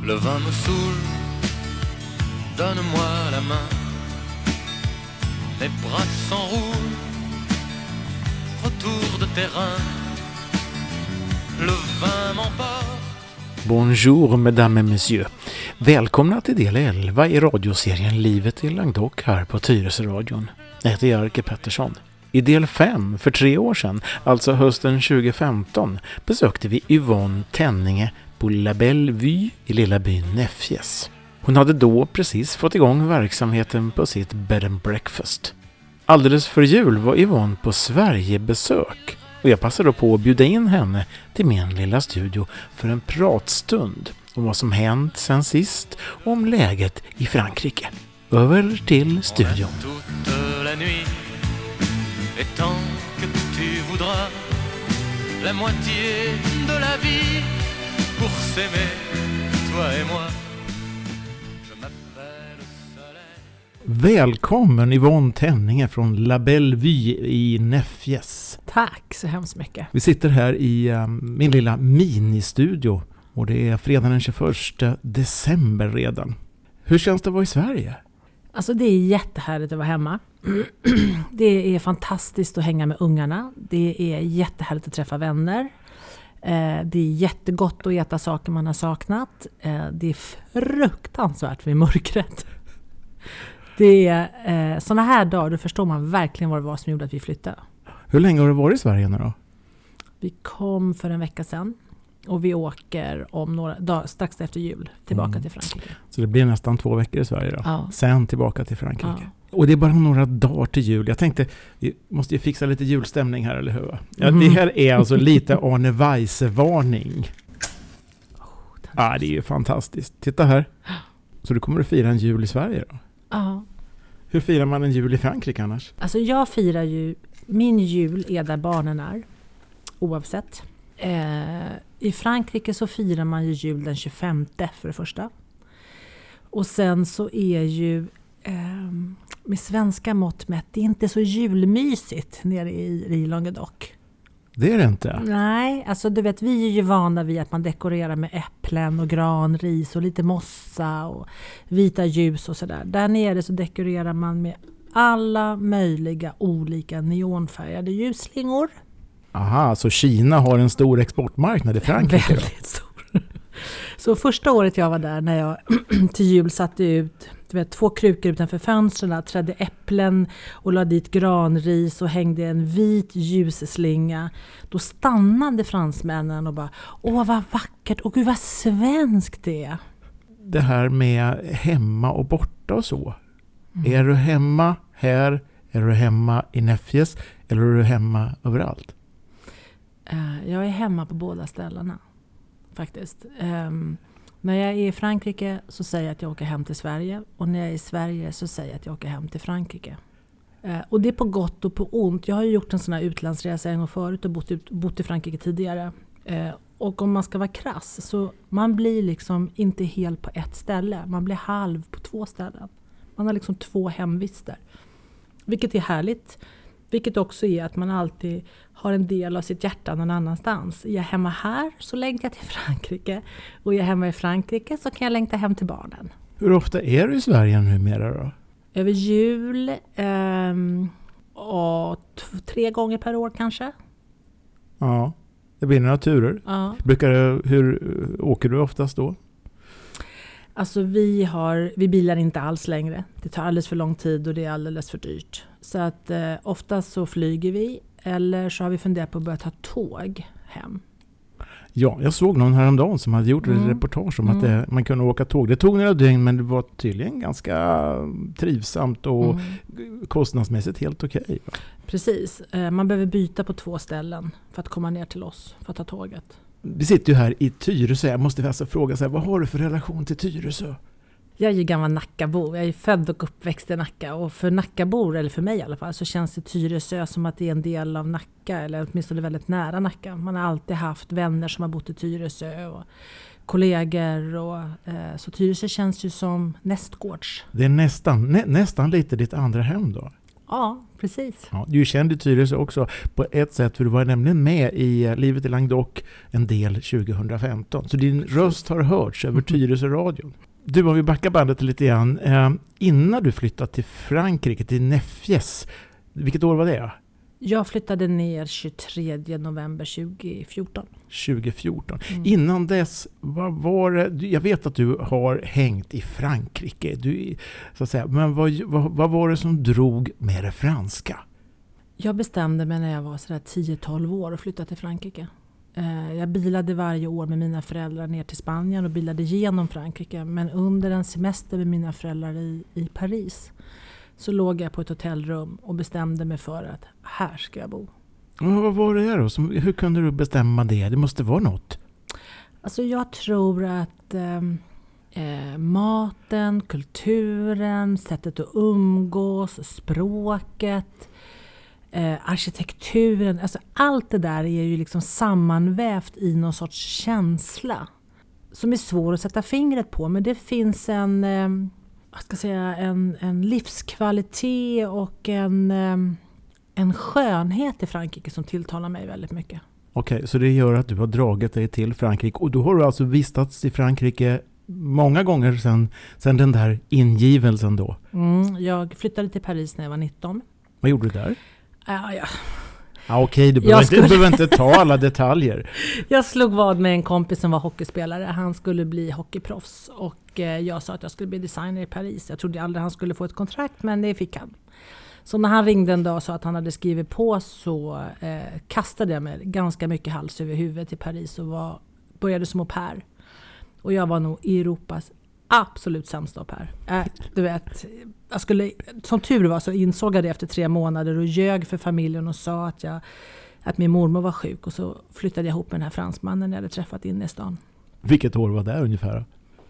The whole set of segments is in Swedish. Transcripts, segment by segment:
Le vin me saoule, donne-moi la main. Mes bras s'enroulent, retour de terrain. Le vin m'emporte. Bonjour mesdames et messieurs. Välkomna till del 11 i radioserien Livet i Languedoc här på Tyresöradion. Jag heter Jerker Pettersson. I del 5 för 3 år sedan, alltså hösten 2015, besökte vi Yvonne Tenninge på La Belle Vue i lilla byn Nefjes. Hon hade då precis fått igång verksamheten på sitt bed and breakfast. Alldeles för jul var Yvonne på Sverigebesök och jag passade då på att bjuda in henne till min lilla studio för en pratstund om vad som hänt sen sist och om läget i Frankrike. Över till studion. Et tant que tu voudras la moitié de la vie pour s'aimer, toi et moi. Je m'appelle Soleil. Välkommen Yvonne Tenninge från La Belle Vue i Nefjes. Tack så hemskt mycket. Vi sitter här i min lilla ministudio och det är fredagen den 21 december redan. Hur känns det att vara i Sverige? Alltså det är jättehärligt att vara hemma. Det är fantastiskt att hänga med ungarna. Det är jättehärligt att träffa vänner. Det är jättegott att äta saker man har saknat. Det är fruktansvärt vid mörkret. Det är såna här dagar, då förstår man verkligen vad det var som gjorde att vi flyttade. Hur länge har du varit i Sverige nu då? Vi kom för en vecka sedan. Och vi åker om några dagar, strax efter jul, tillbaka till Frankrike. Så det blir nästan 2 veckor i Sverige då. Ja. Sen tillbaka till Frankrike. Ja. Och det är bara några dagar till jul. Jag tänkte, vi måste ju fixa lite julstämning här, eller hur? Ja, det här är alltså lite Arne Weise-varning. Ja, det är ju fantastiskt. Titta här. Så du kommer att fira en jul i Sverige då? Ja. Hur firar man en jul i Frankrike annars? Alltså jag firar ju, min jul är där barnen är, oavsett. I Frankrike så firar man ju jul den 25 för det första. Och sen så är ju med svenska mått mätt, det är inte så julmysigt nere i Languedoc. Det är det inte. Nej, alltså du vet, vi är ju vana vid att man dekorerar med äpplen och gran, ris och lite mossa och vita ljus och sådär. Där nere så dekorerar man med alla möjliga olika neonfärgade ljusslingor. Aha, så Kina har en stor exportmarknad i Frankrike. Väldigt stor. Så första året jag var där, när jag till jul satte ut 2 krukor utanför fönstren, trädde äpplen och la dit granris och hängde en vit ljusslinga. Då stannade fransmännen och bara, åh vad vackert och gud vad svenskt det är. Det här med hemma och borta och så. Är du hemma här? Är du hemma i Nefjes? Eller är du hemma överallt? Jag är hemma på båda ställena faktiskt. När jag är i Frankrike så säger jag att jag åker hem till Sverige. Och när jag är i Sverige så säger jag att jag åker hem till Frankrike. Och det är på gott och på ont. Jag har ju gjort en sån här utlandsresa en gång förut och bott i Frankrike tidigare. Och om man ska vara krass så man blir liksom inte helt på ett ställe. Man blir halv på 2 ställen. Man har liksom 2 hemvister. Vilket är härligt. Vilket också är att man alltid har en del av sitt hjärta någon annanstans. Är jag hemma här så längtar jag till Frankrike. Och är jag hemma i Frankrike så kan jag längta hem till barnen. Hur ofta är du i Sverige numera då? Över jul 3 gånger per år kanske. Ja, det blir några turer. Ja. Hur åker du oftast då? Alltså vi bilar inte alls längre. Det tar alldeles för lång tid och det är alldeles för dyrt. Så att oftast så flyger vi eller så har vi funderat på att börja ta tåg hem. Ja, jag såg någon häromdagen som hade gjort ett reportage om att man kunde åka tåg. Det tog några dygn men det var tydligen ganska trivsamt och kostnadsmässigt helt okej. Precis, man behöver byta på 2 ställen för att komma ner till oss för att ta tåget. Vi sitter ju här i Tyresö. Jag måste alltså fråga så här, vad har du för relation till Tyresö? Jag är ju gammal Nackabo. Jag är född och uppväxt i Nacka. Och för Nackabor, eller för mig i alla fall, så känns det Tyresö som att det är en del av Nacka. Eller åtminstone väldigt nära Nacka. Man har alltid haft vänner som har bott i Tyresö och kollegor. Så Tyresö känns ju som nästgårds. Det är nästan lite ditt andra hem då? Ja, precis. Ja, du är känd i Tyresö också på ett sätt, för du var nämligen med i Livet i Languedoc en del 2015. Så din röst har hörts över Tyresö radion. Du, om vi backar bandet lite grann. Innan du flyttade till Frankrike, till Nefjes, vilket år var det? Jag flyttade ner 23 november 2014. 2014. Innan dess, vad var det? Jag vet att du har hängt i Frankrike. Så att säga, men vad var det som drog med det franska? Jag bestämde mig när jag var sådär 10-12 år och flyttade till Frankrike. Jag bilade varje år med mina föräldrar ner till Spanien och bilade genom Frankrike. Men under en semester med mina föräldrar i Paris så låg jag på ett hotellrum och bestämde mig för att här ska jag bo. Vad var det då? Hur kunde du bestämma det? Det måste vara något. Alltså jag tror att maten, kulturen, sättet att umgås, språket, arkitekturen, alltså allt det där är ju liksom sammanvävt i någon sorts känsla som är svår att sätta fingret på, men det finns en livskvalitet och en skönhet i Frankrike som tilltalar mig väldigt mycket. Okej, så det gör att du har dragit dig till Frankrike, och då har du alltså vistats i Frankrike många gånger sedan den där ingivelsen då? Jag flyttade till Paris när jag var 19. Vad gjorde du där? Okej, du behöver inte ta alla detaljer. Jag slog vad med en kompis som var hockeyspelare. Han skulle bli hockeyproffs och jag sa att jag skulle bli designer i Paris. Jag trodde aldrig han skulle få ett kontrakt, men det fick han. Så när han ringde en dag och sa att han hade skrivit på, så kastade jag mig ganska mycket hals över huvudet till Paris och började som au pair. Och jag var nog Europas absolut sämsta au pair. Du vet, som tur var så insåg jag det efter 3 månader och ljög för familjen och sa att min mormor var sjuk, och så flyttade jag ihop med den här fransmannen jag hade träffat inne i stan. Vilket år var det ungefär?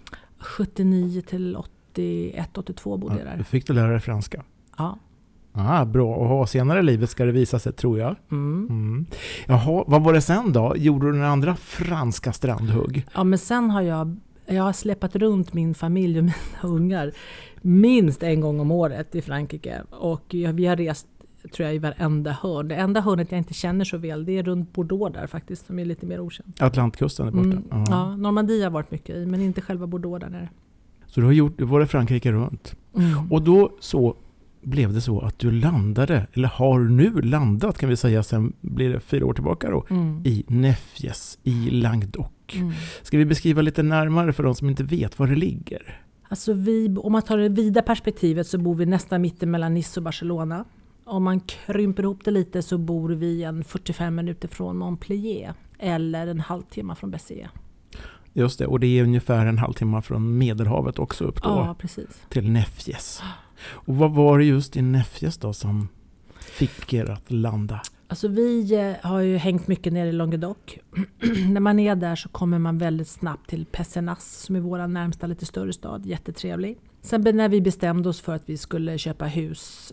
79 till 81, 82 bodde jag där. Du fick du lära dig franska? Ja. Bra. Och senare i livet ska det visa sig, tror jag. Jaha, vad var det sen då? Gjorde du den andra franska strandhugg? Ja, men sen har jag har släppt runt min familj och mina ungar minst en gång om året i Frankrike. Och vi har rest, tror jag, i varenda hörn. Det enda hörnet jag inte känner så väl, det är runt Bordeaux där faktiskt, som är lite mer okänd. Atlantkusten är borta? Ja, Normandie har varit mycket i, men inte själva Bordeaux där nere. Så du har varit Frankrike runt. Och då så blev det så att du landade, eller har nu landat kan vi säga, sen blir det 4 år tillbaka då, i Nefjes i Languedoc. Ska vi beskriva lite närmare för de som inte vet var det ligger? Alltså om man tar det vida perspektivet så bor vi nästan mitten mellan Nice och Barcelona. Om man krymper ihop det lite så bor vi 45 minuter från Montpellier eller en halvtimme från Béziers. Just det, och det är ungefär en halvtimme från Medelhavet också upp då. Ja, precis. Till Nefjes. Och vad var det just i Nefjes då som fick er att landa? Alltså vi har ju hängt mycket ner i Languedoc. När man är där så kommer man väldigt snabbt till Pézenas som är vår närmsta lite större stad. Jättetrevlig. Sen när vi bestämde oss för att vi skulle köpa hus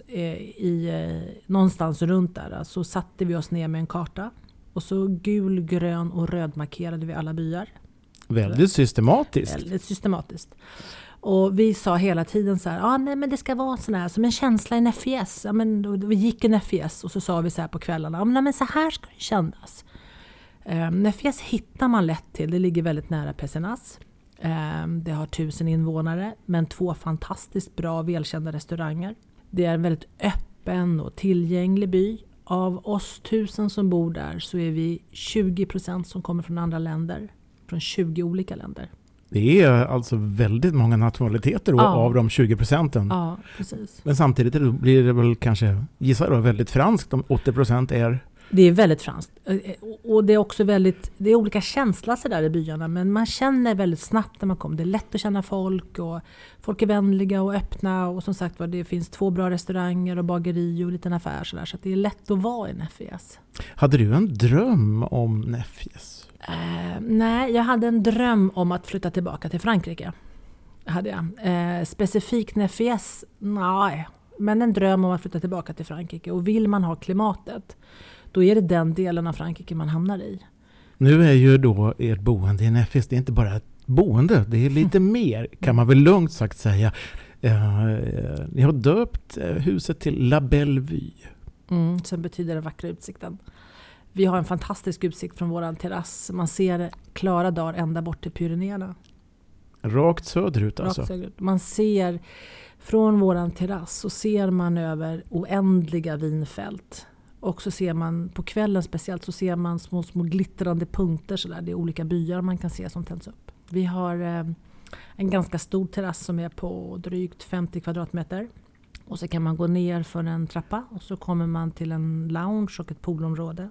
någonstans runt där, så satte vi oss ner med en karta. Och så gul, grön och röd markerade vi alla byar. Väldigt systematiskt. Väldigt systematiskt. Och vi sa hela tiden så här, nej men det ska vara sån här, som en känsla i Nefjes. Ja, men vi gick i Nefjes och så sa vi så här på kvällarna, nej men så här ska det kännas. Nefjes hittar man lätt till, det ligger väldigt nära Pézenas. Det har 1000 invånare, men 2 fantastiskt bra välkända restauranger. Det är en väldigt öppen och tillgänglig by. Av oss 1000 som bor där så är vi 20% som kommer från andra länder, från 20 olika länder. Det är alltså väldigt många nationaliteter av de 20%. Ja, precis. Men samtidigt blir det väl kanske, gissar då, väldigt franskt om 80% är... Det är väldigt franskt. Och det är också det är olika känslor så där i byarna, men man känner väldigt snabbt när man kommer. Det är lätt att känna folk och folk är vänliga och öppna, och som sagt det finns 2 bra restauranger och bageri och en liten affär så att det är lätt att vara i Nefjes. Hade du en dröm om Nefjes? Nej, jag hade en dröm om att flytta tillbaka till Frankrike. Hade jag. Specifikt Nefjes? Nej, men en dröm om att flytta tillbaka till Frankrike. Och vill man ha klimatet, då är det den delen av Frankrike man hamnar i. Nu är ju då ert boende i Nefjes, det är inte bara ett boende, det är lite mer, kan man väl lugnt sagt säga. Ni har döpt huset till La Belle Vue. Sen betyder den vackra utsikten. Vi har en fantastisk utsikt från våran terrass. Man ser klara dagar ända bort till Pyrenéerna. Rakt söderut alltså? Rakt söderut. Man ser från våran terrass så ser man över oändliga vinfält. Och så ser man på kvällen speciellt så ser man små glittrande punkter så där. Det är olika byar man kan se som tänds upp. Vi har en ganska stor terrass som är på drygt 50 kvadratmeter. Och så kan man gå ner för en trappa och så kommer man till en lounge och ett poolområde.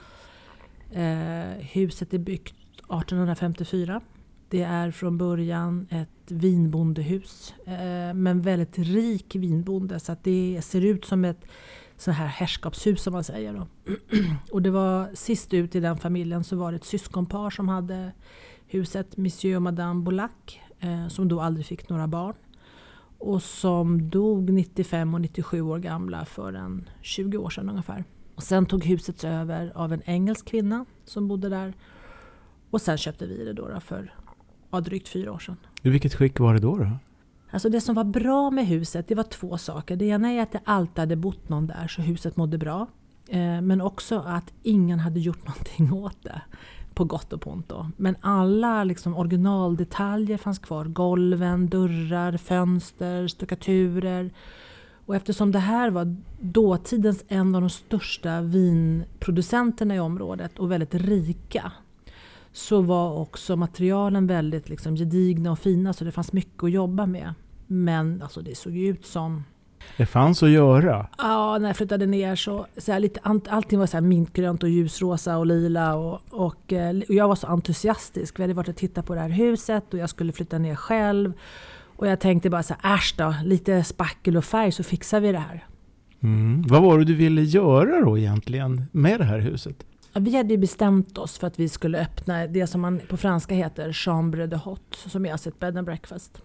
Huset är byggt 1854. Det är från början ett vinbondehus, men väldigt rik vinbonde så att det ser ut som ett så här härskapshus som man säger då. Och det var sist ut i den familjen så var det ett syskonpar som hade huset, Monsieur och Madame Boulac, som då aldrig fick några barn. Och som dog 95 och 97 år gamla för 20 år sedan ungefär. Och sen tog huset över av en engelsk kvinna som bodde där. Och sen köpte vi det då för drygt 4 år sedan. I vilket skick var det då? Alltså det som var bra med huset, det var 2 saker. Det ena är att det alltid hade bott någon där så huset mådde bra. Men också att ingen hade gjort någonting åt det. På gott och på ont då. Men alla liksom originaldetaljer fanns kvar. Golven, dörrar, fönster, stuckaturer. Och eftersom det här var dåtidens en av de största vinproducenterna i området och väldigt rika, så var också materialen väldigt liksom gedigna och fina, så det fanns mycket att jobba med. Men alltså det såg ut som... Det fanns att göra. Ja, när jag flyttade ner så här lite, allting var så här mintgrönt och ljusrosa och lila och jag var så entusiastisk. Vi hade varit och tittat på det här huset och jag skulle flytta ner själv. Och jag tänkte bara så här, äsch då, lite spackel och färg så fixar vi det här. Vad var det du ville göra då egentligen med det här huset? Ja, vi hade ju bestämt oss för att vi skulle öppna det som man på franska heter chambre de hôte, som är alltså ett bed and breakfast.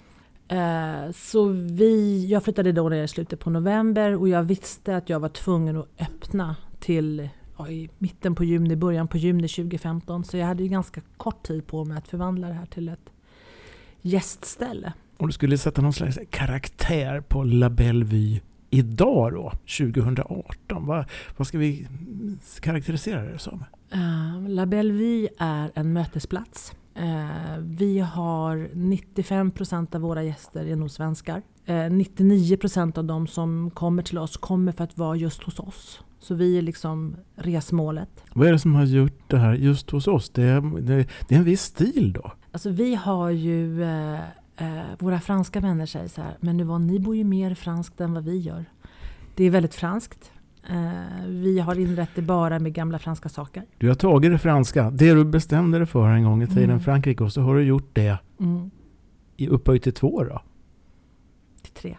Så jag flyttade då ner i slutet på november och jag visste att jag var tvungen att öppna till i mitten på juni, början på juni 2015. Så jag hade ju ganska kort tid på mig att förvandla det här till ett gästställe. Om du skulle sätta någon slags karaktär på La Belle Vue idag då, 2018, vad ska vi karaktärisera det som? La Belle Vue är en mötesplats. Vi har 95% av våra gäster är nog svenskar. 99% av de som kommer till oss kommer för att vara just hos oss. Så vi är liksom resmålet. Vad är det som har gjort det här just hos oss? Det är en viss stil då? Alltså vi har ju... våra franska vänner säger så här, men nu ni bor ju mer franskt än vad vi gör. Det är väldigt franskt. Vi har inrett det bara med gamla franska saker. Du har tagit det franska. Det du bestämde dig för en gång i tiden Frankrike, och så har du gjort det i upphöjt till 2 då? Till 3.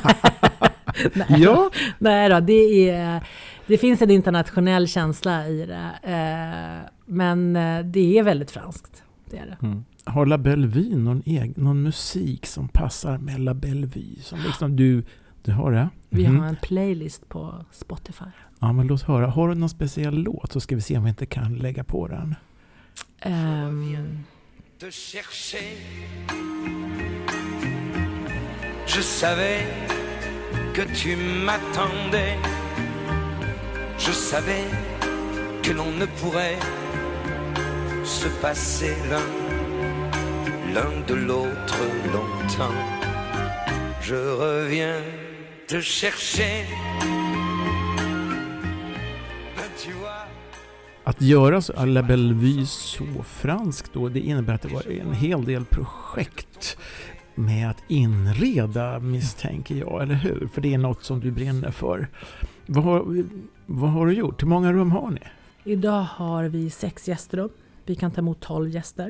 Nej, ja. Nej då, det finns en internationell känsla i det. Men det är väldigt franskt. Det är det. Har La Belle Vue någon musik som passar med La Belle Vue? Som liksom du har det? Vi har en playlist på Spotify. Ja, men låt höra. Har du någon speciell låt så ska vi se om vi inte kan lägga på den. Je savais que tu m'attendais. Je savais que l'on ne pourrait se passer l'un de l'autre longtemps. Je reviens te chercher. Tu vois. Att göra La Belle Vue så franskt då, det innebär att det var en hel del projekt med att inreda, misstänker jag, eller hur? För det är något som du brinner för. Vad har du gjort? Hur många rum har ni? Idag har vi 6 gästrum. Vi kan ta emot 12 gäster.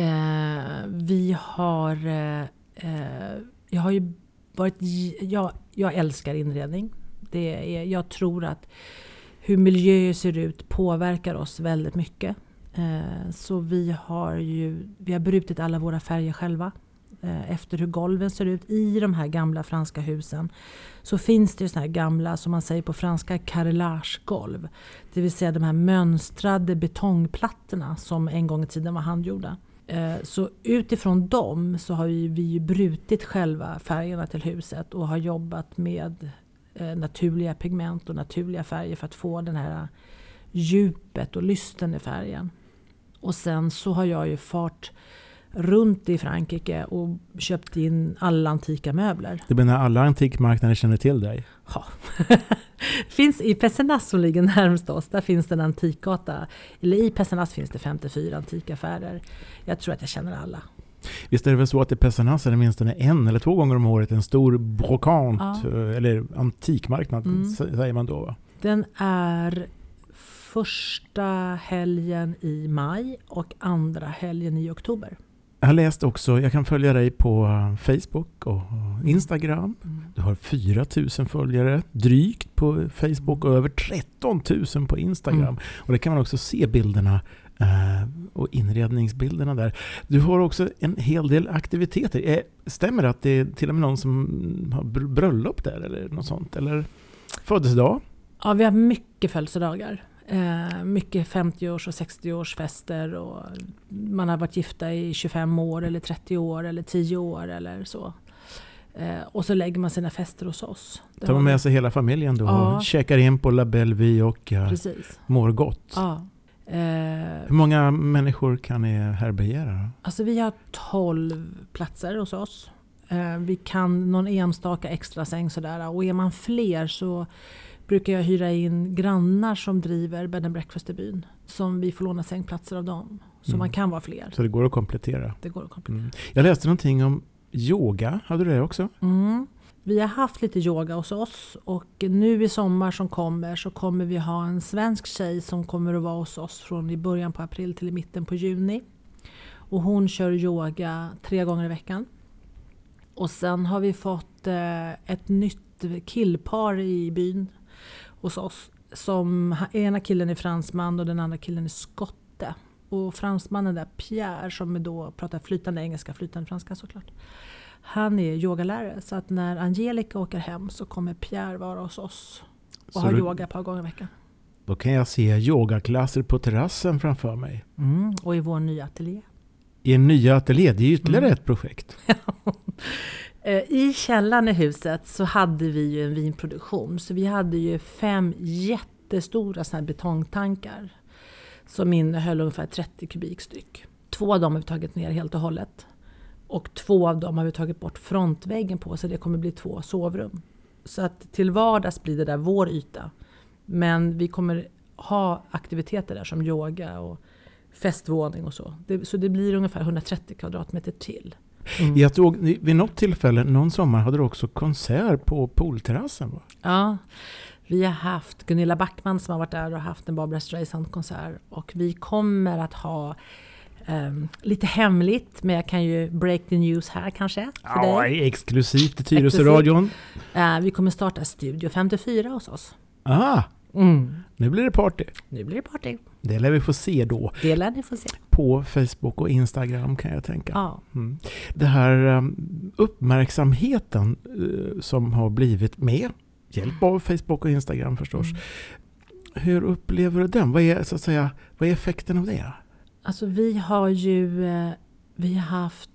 Jag älskar inredning. Jag tror att hur miljöer ser ut påverkar oss väldigt mycket. Så vi har brutit alla våra färger själva. Efter hur golven ser ut i de här gamla franska husen, så finns det ju såna här gamla, som man säger på franska, carrelagegolv. Det vill säga de här mönstrade betongplattorna som en gång i tiden var handgjorda. Så utifrån dem så har vi brutit själva färgerna till huset och har jobbat med naturliga pigment och naturliga färger för att få den här djupet och lysten i färgen. Och sen så har jag ju fart runt i Frankrike och köpt in alla antika möbler. Det menar alla antikmarknader känner till dig? Ja. Finns i Pessenas som ligger närmast oss, där finns det en antikgata. Eller i Pessenas finns det 54 antikaffärer. Jag tror att jag känner alla. Visst är det väl så att i Pessenas är det minst 1 eller 2 gånger om året en stor brokant eller antikmarknad säger man då, va? Den är första helgen i maj och andra helgen i oktober. Jag har läst också, jag kan följa dig på Facebook och Instagram. Du har 4 000 följare drygt på Facebook och över 13 000 på Instagram. Och det kan man också se bilderna och inredningsbilderna där. Du har också en hel del aktiviteter. Stämmer det att det är till och med någon som har bröllop där eller något sånt? Eller födelsedag? Ja, vi har mycket födelsedagar. Mycket 50-års och 60-årsfester och man har varit gifta i 25 år eller 30 år eller 10 år eller så. Och så lägger man sina fester hos oss. Tar man med sig hela familjen då och checkar in på La Belle Vie och mår gott. Ja. Hur många människor kan ni härbärgera? Alltså vi har 12 platser hos oss. Vi kan någon enstaka extra säng sådär. Och är man fler så brukar jag hyra in grannar som driver bed and breakfast i byn. Som vi får låna sängplatser av dem. Så man kan vara fler. Så det går att komplettera? Det går att komplettera. Jag läste någonting om yoga. Hade du det också? Vi har haft lite yoga hos oss. Och nu i sommar som kommer så kommer vi ha en svensk tjej som kommer att vara hos oss från i början på april till i mitten på juni. Och hon kör yoga 3 gånger i veckan. Och sen har vi fått ett nytt killpar i byn hos oss. Som ena killen är fransman och den andra killen är skotte. Och fransmannen där, Pierre, som då pratar flytande engelska, flytande franska såklart. Han är yogalärare, så att när Angelica åker hem så kommer Pierre vara hos oss och ha yoga ett par gånger i veckan. Då kan jag se yogaklasser på terrassen framför mig. Och i vår nya ateljé. I en nya ateljé, det är ytterligare ett projekt. I källaren i huset så hade vi ju en vinproduktion. Så vi hade ju 5 jättestora såna här betongtankar som innehöll ungefär 30 kubikstyck. 2 av dem har vi tagit ner helt och hållet. Och 2 av dem har vi tagit bort frontväggen på, så det kommer bli 2 sovrum. Så att till vardags blir det där vår yta. Men vi kommer ha aktiviteter där som yoga och festvåning och så. Så det blir ungefär 130 kvadratmeter till. Jag såg vid något tillfälle, någon sommar, hade du också konsert på poolterrassen, va? Ja, vi har haft Gunilla Backman som har varit där och haft en Barbra Streisand-konsert. Och vi kommer att ha lite hemligt, men jag kan ju break the news här kanske. Ja, exklusivt i Tyresö-radion. Vi kommer starta Studio 54 hos oss. Aha, nu blir det party. Nu blir det party. Det lär vi få se då. Det lär ni få se. På Facebook och Instagram kan jag tänka. Ja. Det här uppmärksamheten som har blivit med hjälp av Facebook och Instagram förstås. Hur upplever du den? Vad är effekten av det? Alltså vi har haft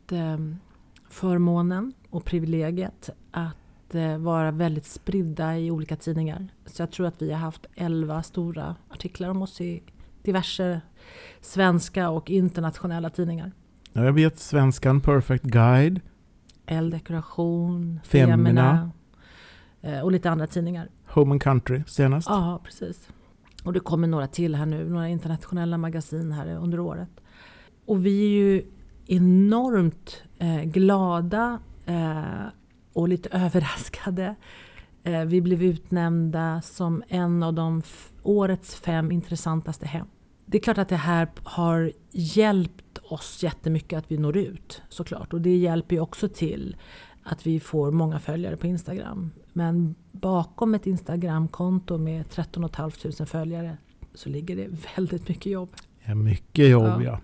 förmånen och privilegiet att vara väldigt spridda i olika tidningar. Så jag tror att vi har haft 11 stora artiklar om oss i diverse svenska och internationella tidningar. Ja, jag vet Svenskan, Perfect Guide, Elddekoration, Femina och lite andra tidningar. Home and Country senast. Ja, precis. Och det kommer några till här nu, några internationella magasin här under året. Och vi är ju enormt glada och lite överraskade. Vi blev utnämnda som en av de årets 5 intressantaste hem. Det är klart att det här har hjälpt oss jättemycket att vi når ut, såklart. Och det hjälper ju också till att vi får många följare på Instagram. Men bakom ett Instagramkonto med 13 500 följare så ligger det väldigt mycket jobb. Ja, mycket jobb, ja.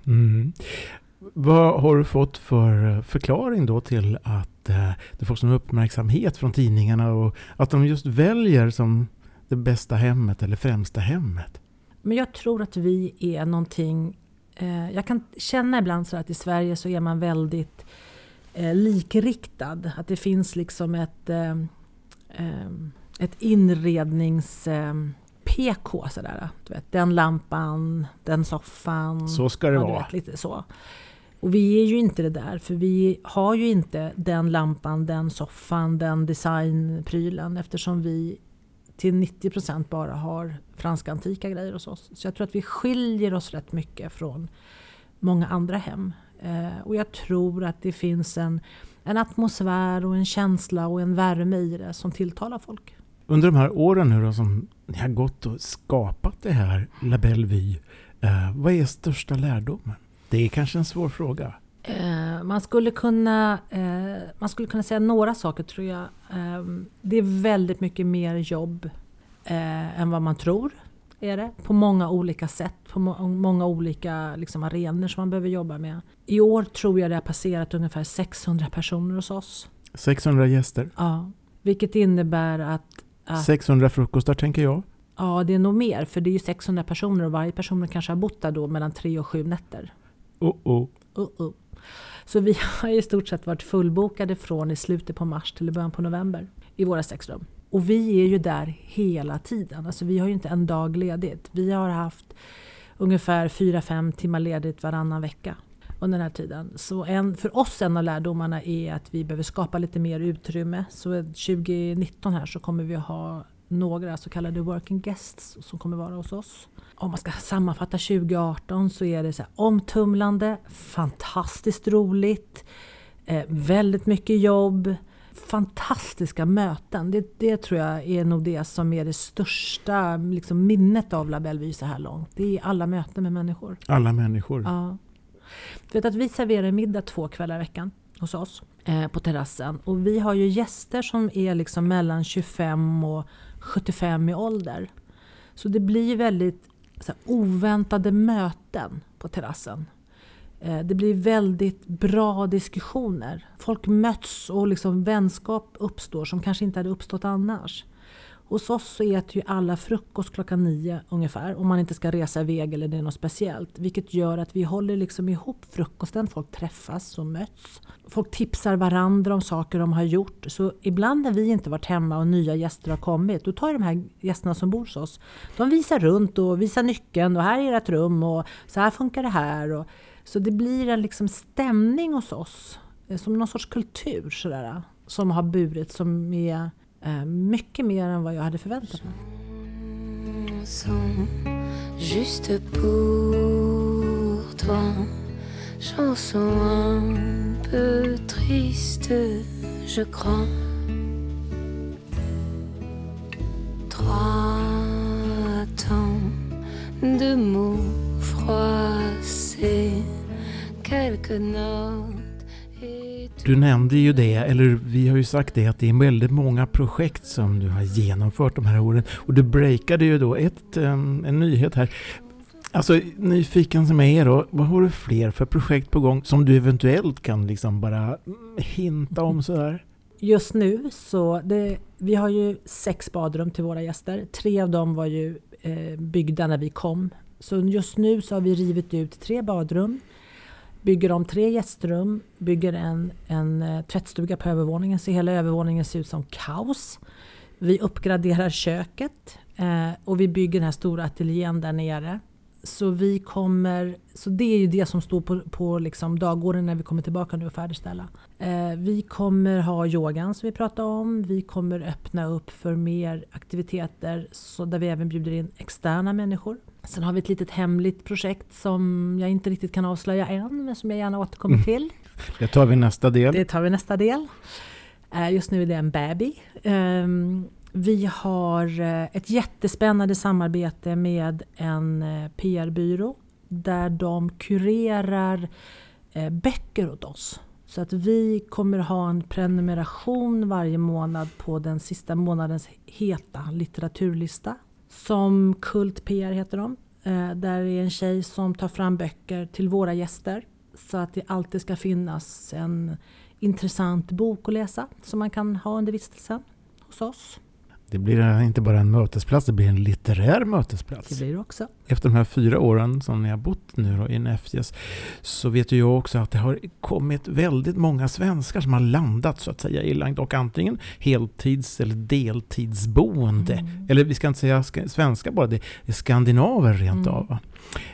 Vad har du fått för förklaring då till att det får sån uppmärksamhet från tidningarna och att de just väljer som det bästa hemmet eller främsta hemmet? Men jag tror att vi är någonting... jag kan känna ibland så att i Sverige så är man väldigt likriktad. Att det finns liksom ett inrednings PK sådär. Du vet, den lampan, den soffan. Så ska det vara. Vet, lite så. Och vi är ju inte det där, för vi har ju inte den lampan, den soffan, den designprylen, eftersom vi till 90% bara har franska antika grejer hos oss. Så jag tror att vi skiljer oss rätt mycket från många andra hem. Och jag tror att det finns en atmosfär och en känsla och en värme i det som tilltalar folk. Under de här åren nu då, som ni har gått och skapat det här La Belle Vue, vad är största lärdomen? Det är kanske en svår fråga. Man skulle kunna säga några saker, tror jag. Det är väldigt mycket mer jobb än vad man tror. Är det. På många olika sätt, på många olika liksom, arenor som man behöver jobba med. I år tror jag det har passerat ungefär 600 personer hos oss. 600 gäster? Ja, vilket innebär att 600 frukostar tänker jag. Ja, det är nog mer, för det är ju 600 personer och varje person kanske har bott där då mellan 3 och 7 nätter. Så vi har i stort sett varit fullbokade från i slutet på mars till i början på november i våra 6 rum. Och vi är ju där hela tiden. Alltså vi har ju inte en dag ledigt. Vi har haft ungefär 4-5 timmar ledigt varannan vecka under den här tiden. Så för oss en av lärdomarna är att vi behöver skapa lite mer utrymme. Så 2019 här så kommer vi att ha några så kallade working guests som kommer vara hos oss. Om man ska sammanfatta 2018 så är det så här omtumlande, fantastiskt roligt, väldigt mycket jobb, fantastiska möten. Det tror jag är nog det som är det största liksom, minnet av La Belle Vue så här långt. Det är alla möten med människor. Alla människor? Ja. Du vet att vi serverar middag 2 kvällar i veckan hos oss på terrassen. Och vi har ju gäster som är liksom mellan 25 och 75 i ålder. Så det blir väldigt så här, oväntade möten på terrassen. Det blir väldigt bra diskussioner. Folk möts och liksom vänskap uppstår som kanske inte hade uppstått annars. Hos oss så äter ju alla frukost klockan 9 ungefär. Om man inte ska resa iväg eller det är något speciellt. Vilket gör att vi håller liksom ihop frukosten. Folk träffas och möts. Folk tipsar varandra om saker de har gjort. Så ibland när vi inte varit hemma och nya gäster har kommit. Då tar de här gästerna som bor hos oss. De visar runt och visar nyckeln. Och här är ert rum och så här funkar det här. Och, så det blir en liksom stämning hos oss. Som någon sorts kultur sådär, som har burit som är... mycket mer än vad jag hade förväntat mig. Chanson, juste pour toi. Chanson un peu triste, je crois. 3 temps de mots froissés, quelques notes. Du nämnde ju det, eller vi har ju sagt det, att det är väldigt många projekt som du har genomfört de här åren. Och du breakade ju då en nyhet här. Alltså nyfiken som är då, vad har du fler för projekt på gång som du eventuellt kan liksom bara hinta om sådär? Just nu så, vi har ju 6 badrum till våra gäster. 3 av dem var ju byggda när vi kom. Så just nu så har vi rivit ut 3 badrum. Bygger om 3 gästrum, bygger en tvättstuga på övervåningen så hela övervåningen ser ut som kaos. Vi uppgraderar köket och vi bygger den här stora ateljén där nere. Så det är ju det som står på liksom dagordningen när vi kommer tillbaka nu och färdigställa. Vi kommer ha yogan som vi pratade om. Vi kommer öppna upp för mer aktiviteter så där vi även bjuder in externa människor. Sen har vi ett litet hemligt projekt som jag inte riktigt kan avslöja än, men som jag gärna återkommer till. Det tar vi nästa del. Just nu är det en baby. Vi har ett jättespännande samarbete med en PR-byrå där de kurerar böcker åt oss. Så att vi kommer ha en prenumeration varje månad på den sista månadens heta litteraturlista. Som Kult PR heter de. Där är en tjej som tar fram böcker till våra gäster. Så att det alltid ska finnas en intressant bok att läsa som man kan ha under vistelsen hos oss. Det blir inte bara en mötesplats, det blir en litterär mötesplats. Det blir det också. Efter de här 4 åren som ni har bott nu då i Nefjes, så vet ju jag också att det har kommit väldigt många svenskar som har landat så att säga i Languedoc, antingen heltids- eller deltidsboende. Eller vi ska inte säga svenska bara, det är skandinaver rent av. Va?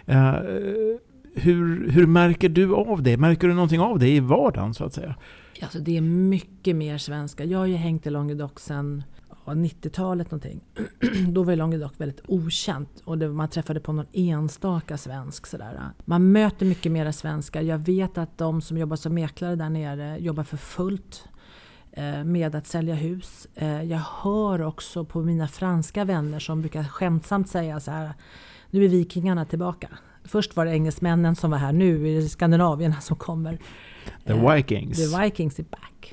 Hur märker du av det? Märker du någonting av det i vardagen så att säga? Alltså det är mycket mer svenska. Jag har ju hängt i Languedoc sedan 90-talet någonting. Då var Languedoc väldigt okänt och man träffade på någon enstaka svensk sådär. Man möter mycket mer svenskar. Jag vet att de som jobbar som mäklare där nere jobbar för fullt med att sälja hus. Jag hör också på mina franska vänner som brukar skämtsamt säga så här: nu är vikingarna tillbaka. Först var det engelsmännen som var här, nu är det skandinavierna som kommer. The Vikings. The Vikings är back.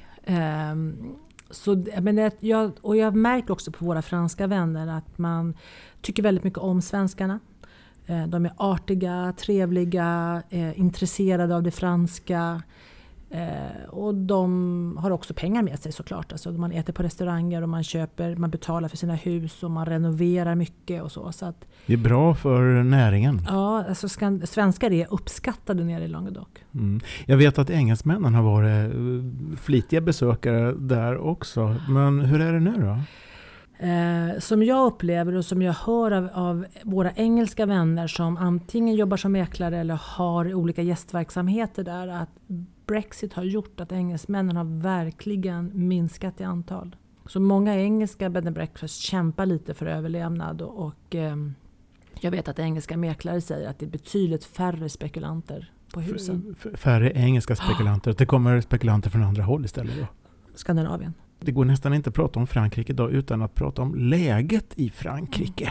Jag märker också på våra franska vänner att man tycker väldigt mycket om svenskarna. De är artiga, trevliga, intresserade av det franska. Och de har också pengar med sig såklart. Alltså man äter på restauranger och man betalar för sina hus och man renoverar mycket och så att det är bra för näringen. Ja, alltså svenskar är uppskattade nere i Languedoc. Jag vet att engelsmännen har varit flitiga besökare där också. Men hur är det nu då? Som jag upplever och som jag hör av våra engelska vänner som antingen jobbar som mäklare eller har olika gästverksamheter där, att Brexit har gjort att engelsmännen har verkligen minskat i antal. Så många engelska bed and breakfast kämpar lite för överlevnad och jag vet att engelska mäklare säger att det är betydligt färre spekulanter på husen. Färre engelska spekulanter. Det kommer spekulanter från andra håll istället då? Skandinavien. Det går nästan inte att prata om Frankrike idag utan att prata om läget i Frankrike.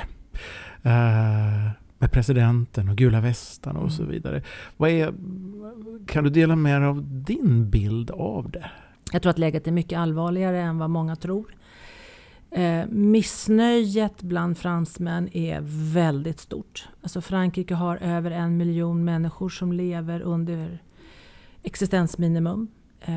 Med presidenten och gula västarna och så vidare. Kan du dela mer av din bild av det? Jag tror att läget är mycket allvarligare än vad många tror. Missnöjet bland fransmän är väldigt stort. Alltså Frankrike har över 1 miljon människor som lever under existensminimum.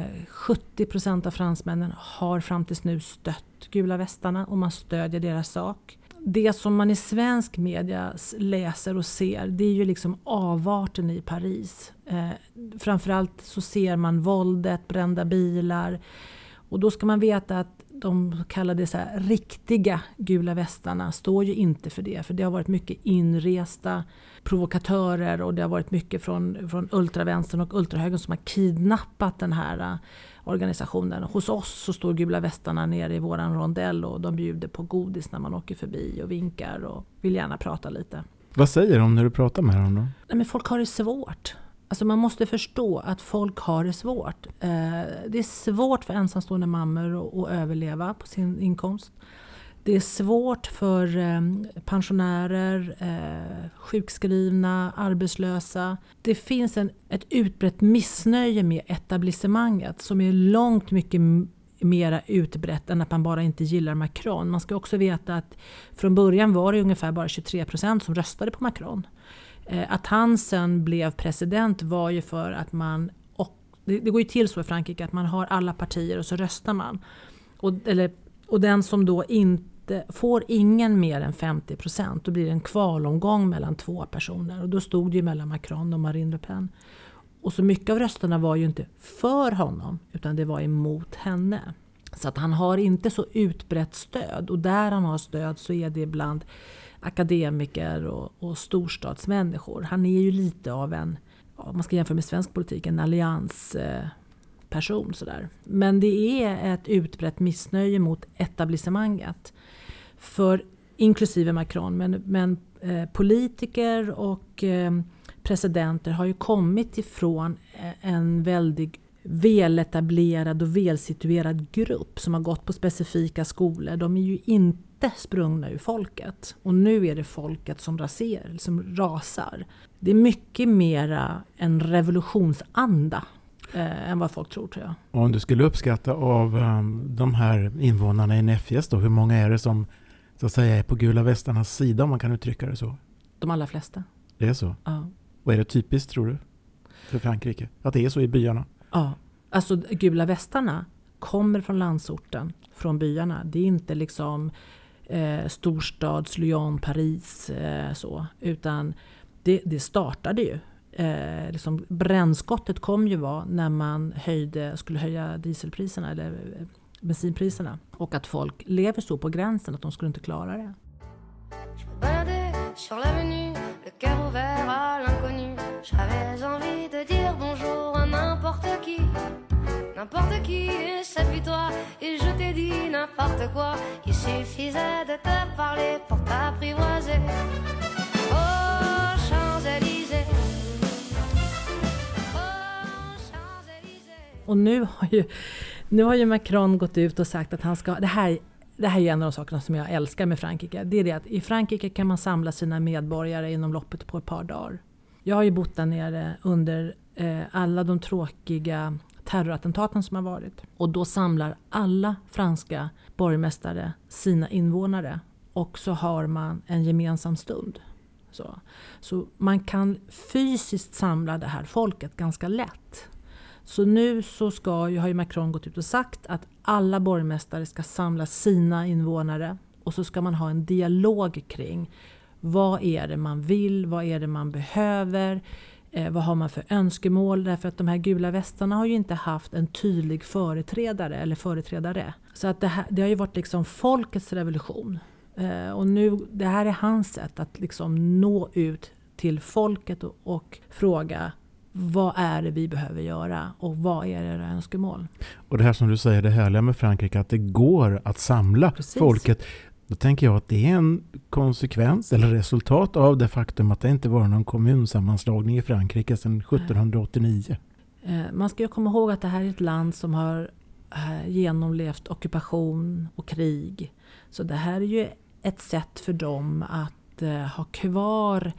70% av fransmännen har fram tills nu stött gula västarna och man stödjer deras sak. Det som man i svensk media läser och ser, det är ju liksom avarten i Paris. Framförallt så ser man våldet, brända bilar. Och då ska man veta att de kallade så här riktiga gula västarna står ju inte för det. För det har varit mycket inresta provokatörer och det har varit mycket från ultravänstern och ultrahögern som har kidnappat den här organisationen. Hos oss så står gula västarna nere i våran rondell och de bjuder på godis när man åker förbi och vinkar och vill gärna prata lite. Vad säger de när du pratar med dem då? Nej, men folk har det svårt. Alltså man måste förstå att folk har det svårt. Det är svårt för ensamstående mammor att överleva på sin inkomst. Det är svårt för pensionärer, sjukskrivna, arbetslösa. Det finns ett utbrett missnöje med etablissemanget som är långt mycket mera utbrett än att man bara inte gillar Macron. Man ska också veta att från början var det ungefär bara 23% som röstade på Macron. Att han sen blev president var ju för att det går ju till så i Frankrike att man har alla partier och så röstar man. Och den som då inte får ingen mer än 50%, då blir det en kvalomgång mellan 2 personer. Och då stod det ju mellan Macron och Marine Le Pen. Och så mycket av rösterna var ju inte för honom utan det var emot henne. Så att han har inte så utbrett stöd och där han har stöd så är det bland akademiker och storstadsmänniskor. Han är ju lite av man ska jämföra med svensk politik, en alliansperson sådär. Men det är ett utbrett missnöje mot etablissemanget. För inklusive Macron, men politiker och presidenter har ju kommit ifrån en väldigt väletablerad och välsituerad grupp som har gått på specifika skolor. De är ju inte sprungna ur folket. Och nu är det folket som rasar. Det är mycket mera en revolutionsanda än vad folk tror jag. Och om du skulle uppskatta av de här invånarna i Nefjes då, hur många är det som så att säga är på gula västarnas sida om man kan uttrycka det så? De allra flesta. Det är så? Ja. Och är det typiskt tror du för Frankrike? Att det är så i byarna? Ja, alltså gula västarna kommer från landsorten, från byarna. Det är inte liksom storstads, Lyon, Paris så, utan det startade ju. Liksom brännskottet kom ju när man skulle höja dieselpriserna eller bensinpriserna, och att folk lever så på gränsen att de skulle inte klara det. Sur l'avenue, le cœur ouvert à l'inconnu. J'avais envie de dire bonjour à n'importe qui, et cette victoire, et je t'ai dit n'importe quoi. Il suffisait de te parler pour t'apprivoiser. Oh, Champs-Élysées. Oh, Champs-Élysées. Och nu har ju Macron gått ut och sagt att han ska... Det här är en av de sakerna som jag älskar med Frankrike. Det är det att i Frankrike kan man samla sina medborgare inom loppet på ett par dagar. Jag har ju bott där nere under alla de tråkiga terrorattentaten som har varit. Och då samlar alla franska borgmästare sina invånare. Och så har man en gemensam stund. Så man kan fysiskt samla det här folket ganska lätt. Så nu har ju Macron gått ut och sagt att alla borgmästare ska samla sina invånare. Och så ska man ha en dialog kring vad är det man vill, vad är det man behöver, vad har man för önskemål. Därför att de här gula västarna har ju inte haft en tydlig företrädare eller företrädare. Så att det har ju varit liksom folkets revolution. Och nu, det här är hans sätt att liksom nå ut till folket och fråga: vad är det vi behöver göra och vad är era önskemål? Och det här som du säger, det härliga med Frankrike, att det går att samla folket. Då tänker jag att det är en konsekvens eller resultat av det faktum att det inte var någon kommunsammanslagning i Frankrike sedan 1789. Man ska ju komma ihåg att det här är ett land som har genomlevt ockupation och krig. Så det här är ju ett sätt för dem att ha kvar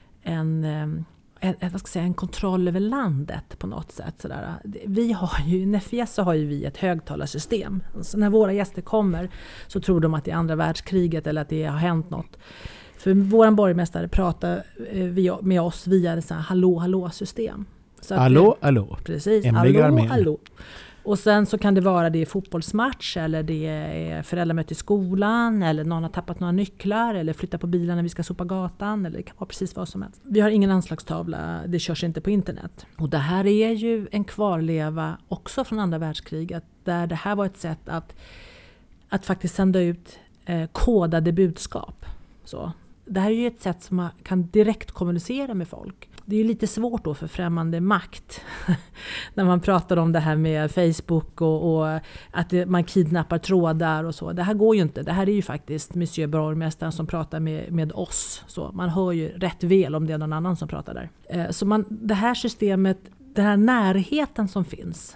en kontroll över landet på något sätt. Sådär. Vi har ju, i Nefes så har ju vi ett högtalarsystem. Så när våra gäster kommer så tror de att det är andra världskriget eller att det har hänt något. För våran borgmästare pratar med oss via ett hallå-hallå-system. Så Hallå. Precis, hallå. Och sen så kan det vara det i fotbollsmatch eller det är föräldramöte i skolan eller någon har tappat några nycklar eller flyttat på bilen när vi ska sopa gatan, eller det kan vara precis vad som helst. Vi har ingen anslagstavla, det körs inte på internet. Och det här är ju en kvarleva också från andra världskriget, där det här var ett sätt att faktiskt sända ut kodade budskap. Så. Det här är ju ett sätt som man kan direkt kommunicera med folk. Det är ju lite svårt då för främmande makt när man pratar om det här med Facebook och att man kidnappar trådar och så. Det här går ju inte. Det här är ju faktiskt Monsieur borgmästaren som pratar med oss. Så man hör ju rätt väl om det är någon annan som pratar där. Så det här systemet, den här närheten som finns,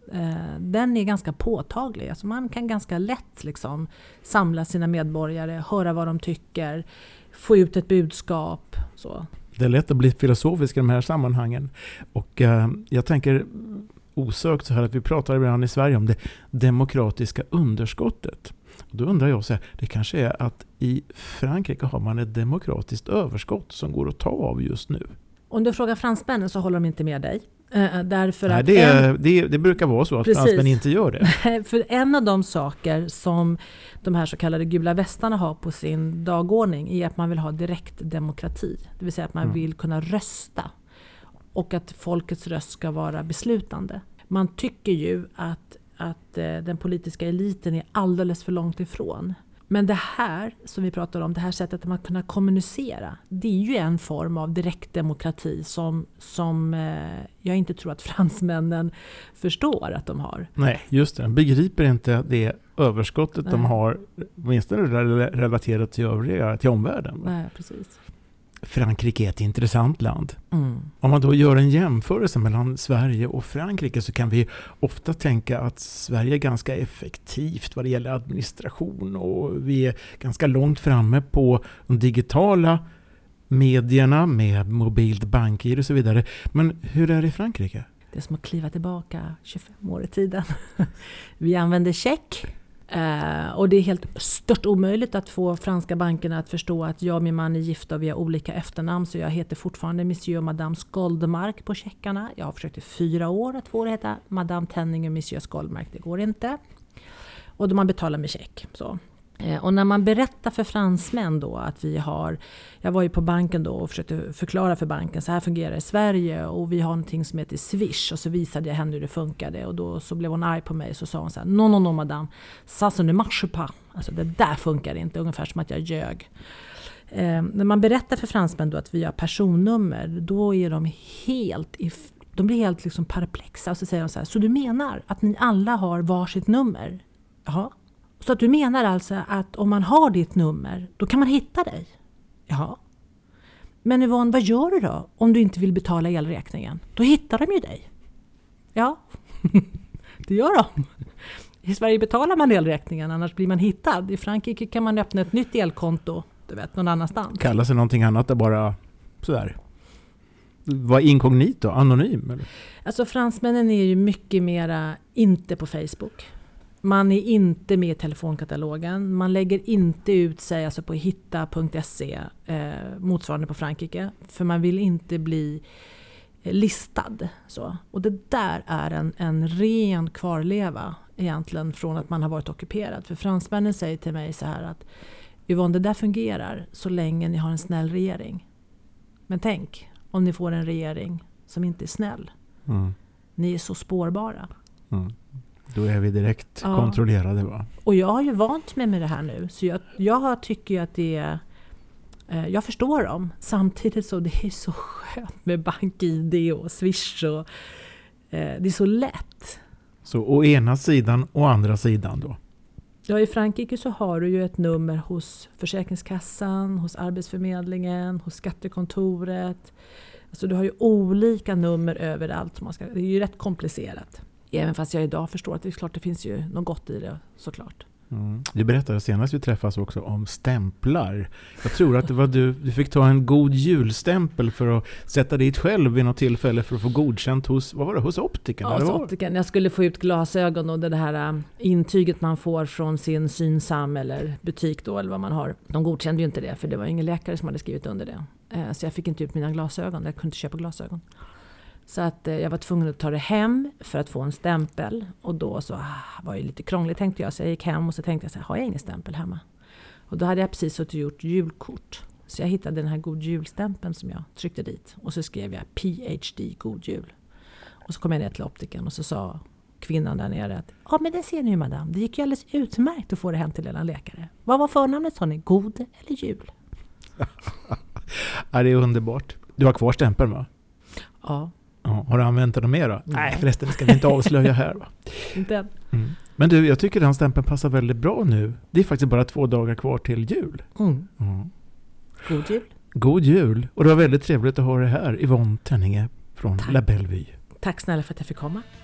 den är ganska påtaglig. Alltså man kan ganska lätt liksom samla sina medborgare, höra vad de tycker, få ut ett budskap. Så. Det är lätt att bli filosofisk i de här sammanhangen. Och jag tänker osökt så här att vi pratar ibland i Sverige om det demokratiska underskottet. Och då undrar jag så här, det kanske är att i Frankrike har man ett demokratiskt överskott som går att ta av just nu. Om du frågar fransmännen så håller de inte med dig. Därför Nej, att det brukar vara så att fransmän inte gör det. För en av de saker som de här så kallade gula västarna har på sin dagordning är att man vill ha direkt demokrati. Det vill säga att man vill kunna rösta och att folkets röst ska vara beslutande. Man tycker ju att den politiska eliten är alldeles för långt ifrån. Men det här som vi pratar om, det här sättet att man kunna kommunicera, det är ju en form av direktdemokrati som jag inte tror att fransmännen förstår att de har. Nej, just det. De begriper inte det överskottet de har, åtminstone relaterat till omvärlden. Nej, precis. Frankrike är ett intressant land. Mm. Om man då gör en jämförelse mellan Sverige och Frankrike så kan vi ofta tänka att Sverige är ganska effektivt vad det gäller administration och vi är ganska långt framme på de digitala medierna med mobilt bank-ID och så vidare. Men hur är det i Frankrike? Det är som att kliva tillbaka 25 år i tiden. Vi använder check. Och det är helt stört omöjligt att få franska bankerna att förstå att jag och min man är gifta och vi har olika efternamn, så jag heter fortfarande Monsieur och Madame Skoldmark på checkarna. Jag har försökt i 4 år att få det heta Madame Tenning och Monsieur Skoldmark, det går inte. Och då man betalar med check. Så. Och när man berättar för fransmän då att vi har, jag var ju på banken då och försökte förklara för banken, så här fungerar det i Sverige och vi har någonting som heter Swish, och så visade jag henne hur det funkade, och då så blev hon arg på mig, så sa hon så här: non madame, ça ne marche pas, alltså det där funkar inte, ungefär som att jag ljög. När man berättar för fransmän då att vi har personnummer, då är de de blir helt liksom perplexa, och så säger de så här: så du menar att ni alla har varsitt nummer? Ja. Så att du menar alltså att om man har ditt nummer, då kan man hitta dig? Ja. Men Yvonne, vad gör du då om du inte vill betala elräkningen? Då hittar de ju dig. Ja, det gör de. I Sverige betalar man elräkningen, annars blir man hittad. I Frankrike kan man öppna ett nytt elkonto, du vet, någon annanstans. Kallas det någonting annat där bara sådär? Var inkognito, anonym? Eller? Alltså fransmännen är ju mycket mera inte på Facebook. Man är inte med i telefonkatalogen. Man lägger inte ut sig alltså på hitta.se motsvarande på Frankrike. För man vill inte bli listad. Så. Och det där är en ren kvarleva egentligen från att man har varit ockuperad. För fransmännen säger till mig så här att Yvonne, det där fungerar så länge ni har en snäll regering. Men tänk om ni får en regering som inte är snäll. Mm. Ni är så spårbara. Mm. Då är vi direkt kontrollerade, va? Och jag har ju vant mig med det här nu. Så jag tycker ju att det är... jag förstår dem. Samtidigt så det är så skönt med BankID och Swish. Och, det är så lätt. Så å ena sidan och andra sidan då? Ja, i Frankrike så har du ju ett nummer hos Försäkringskassan, hos Arbetsförmedlingen, hos Skattekontoret. Alltså du har ju olika nummer överallt. Det är ju rätt komplicerat. Även fast jag idag förstår att det är klart det finns ju något gott i det, såklart. Mm. Du berättade senast vi träffas också om stämplar. Jag tror att det var du fick ta en god julstämpel för att sätta dit själv vid något tillfälle för att få godkänt hos, vad var det, hos optiken? Ja, hos optiken. Jag skulle få ut glasögon och det här intyget man får från sin Synsam eller butik då, eller vad man har. De godkände ju inte det, för det var ingen läkare som hade skrivit under det. Så jag fick inte ut mina glasögon, jag kunde inte köpa glasögon. Så att jag var tvungen att ta det hem för att få en stämpel. Och då så var det lite krångligt, tänkte jag. Så jag gick hem och så tänkte jag så här, har jag ingen stämpel hemma? Och då hade jag precis gjort julkort. Så jag hittade den här god julstämpeln som jag tryckte dit. Och så skrev jag PhD god jul. Och så kom jag ner till optiken och så sa kvinnan där nere att ja, men det ser ni ju madame. Det gick ju alldeles utmärkt att få det hem till en läkare. Vad var förnamnet, sa ni? God eller jul? Ja, det är underbart. Du har kvar stämpeln, va? Ja. Ja, har du använt den mer då? Nej, förresten, det ska vi inte avslöja här, va? Inte än. Mm. Men du, jag tycker den stämpeln passar väldigt bra nu. Det är faktiskt bara 2 dagar kvar till jul. Mm. Mm. God jul. God jul. Och det var väldigt trevligt att ha dig här, Yvonne Tönninge från Tack. La Belle Vue. Tack snälla för att jag fick komma.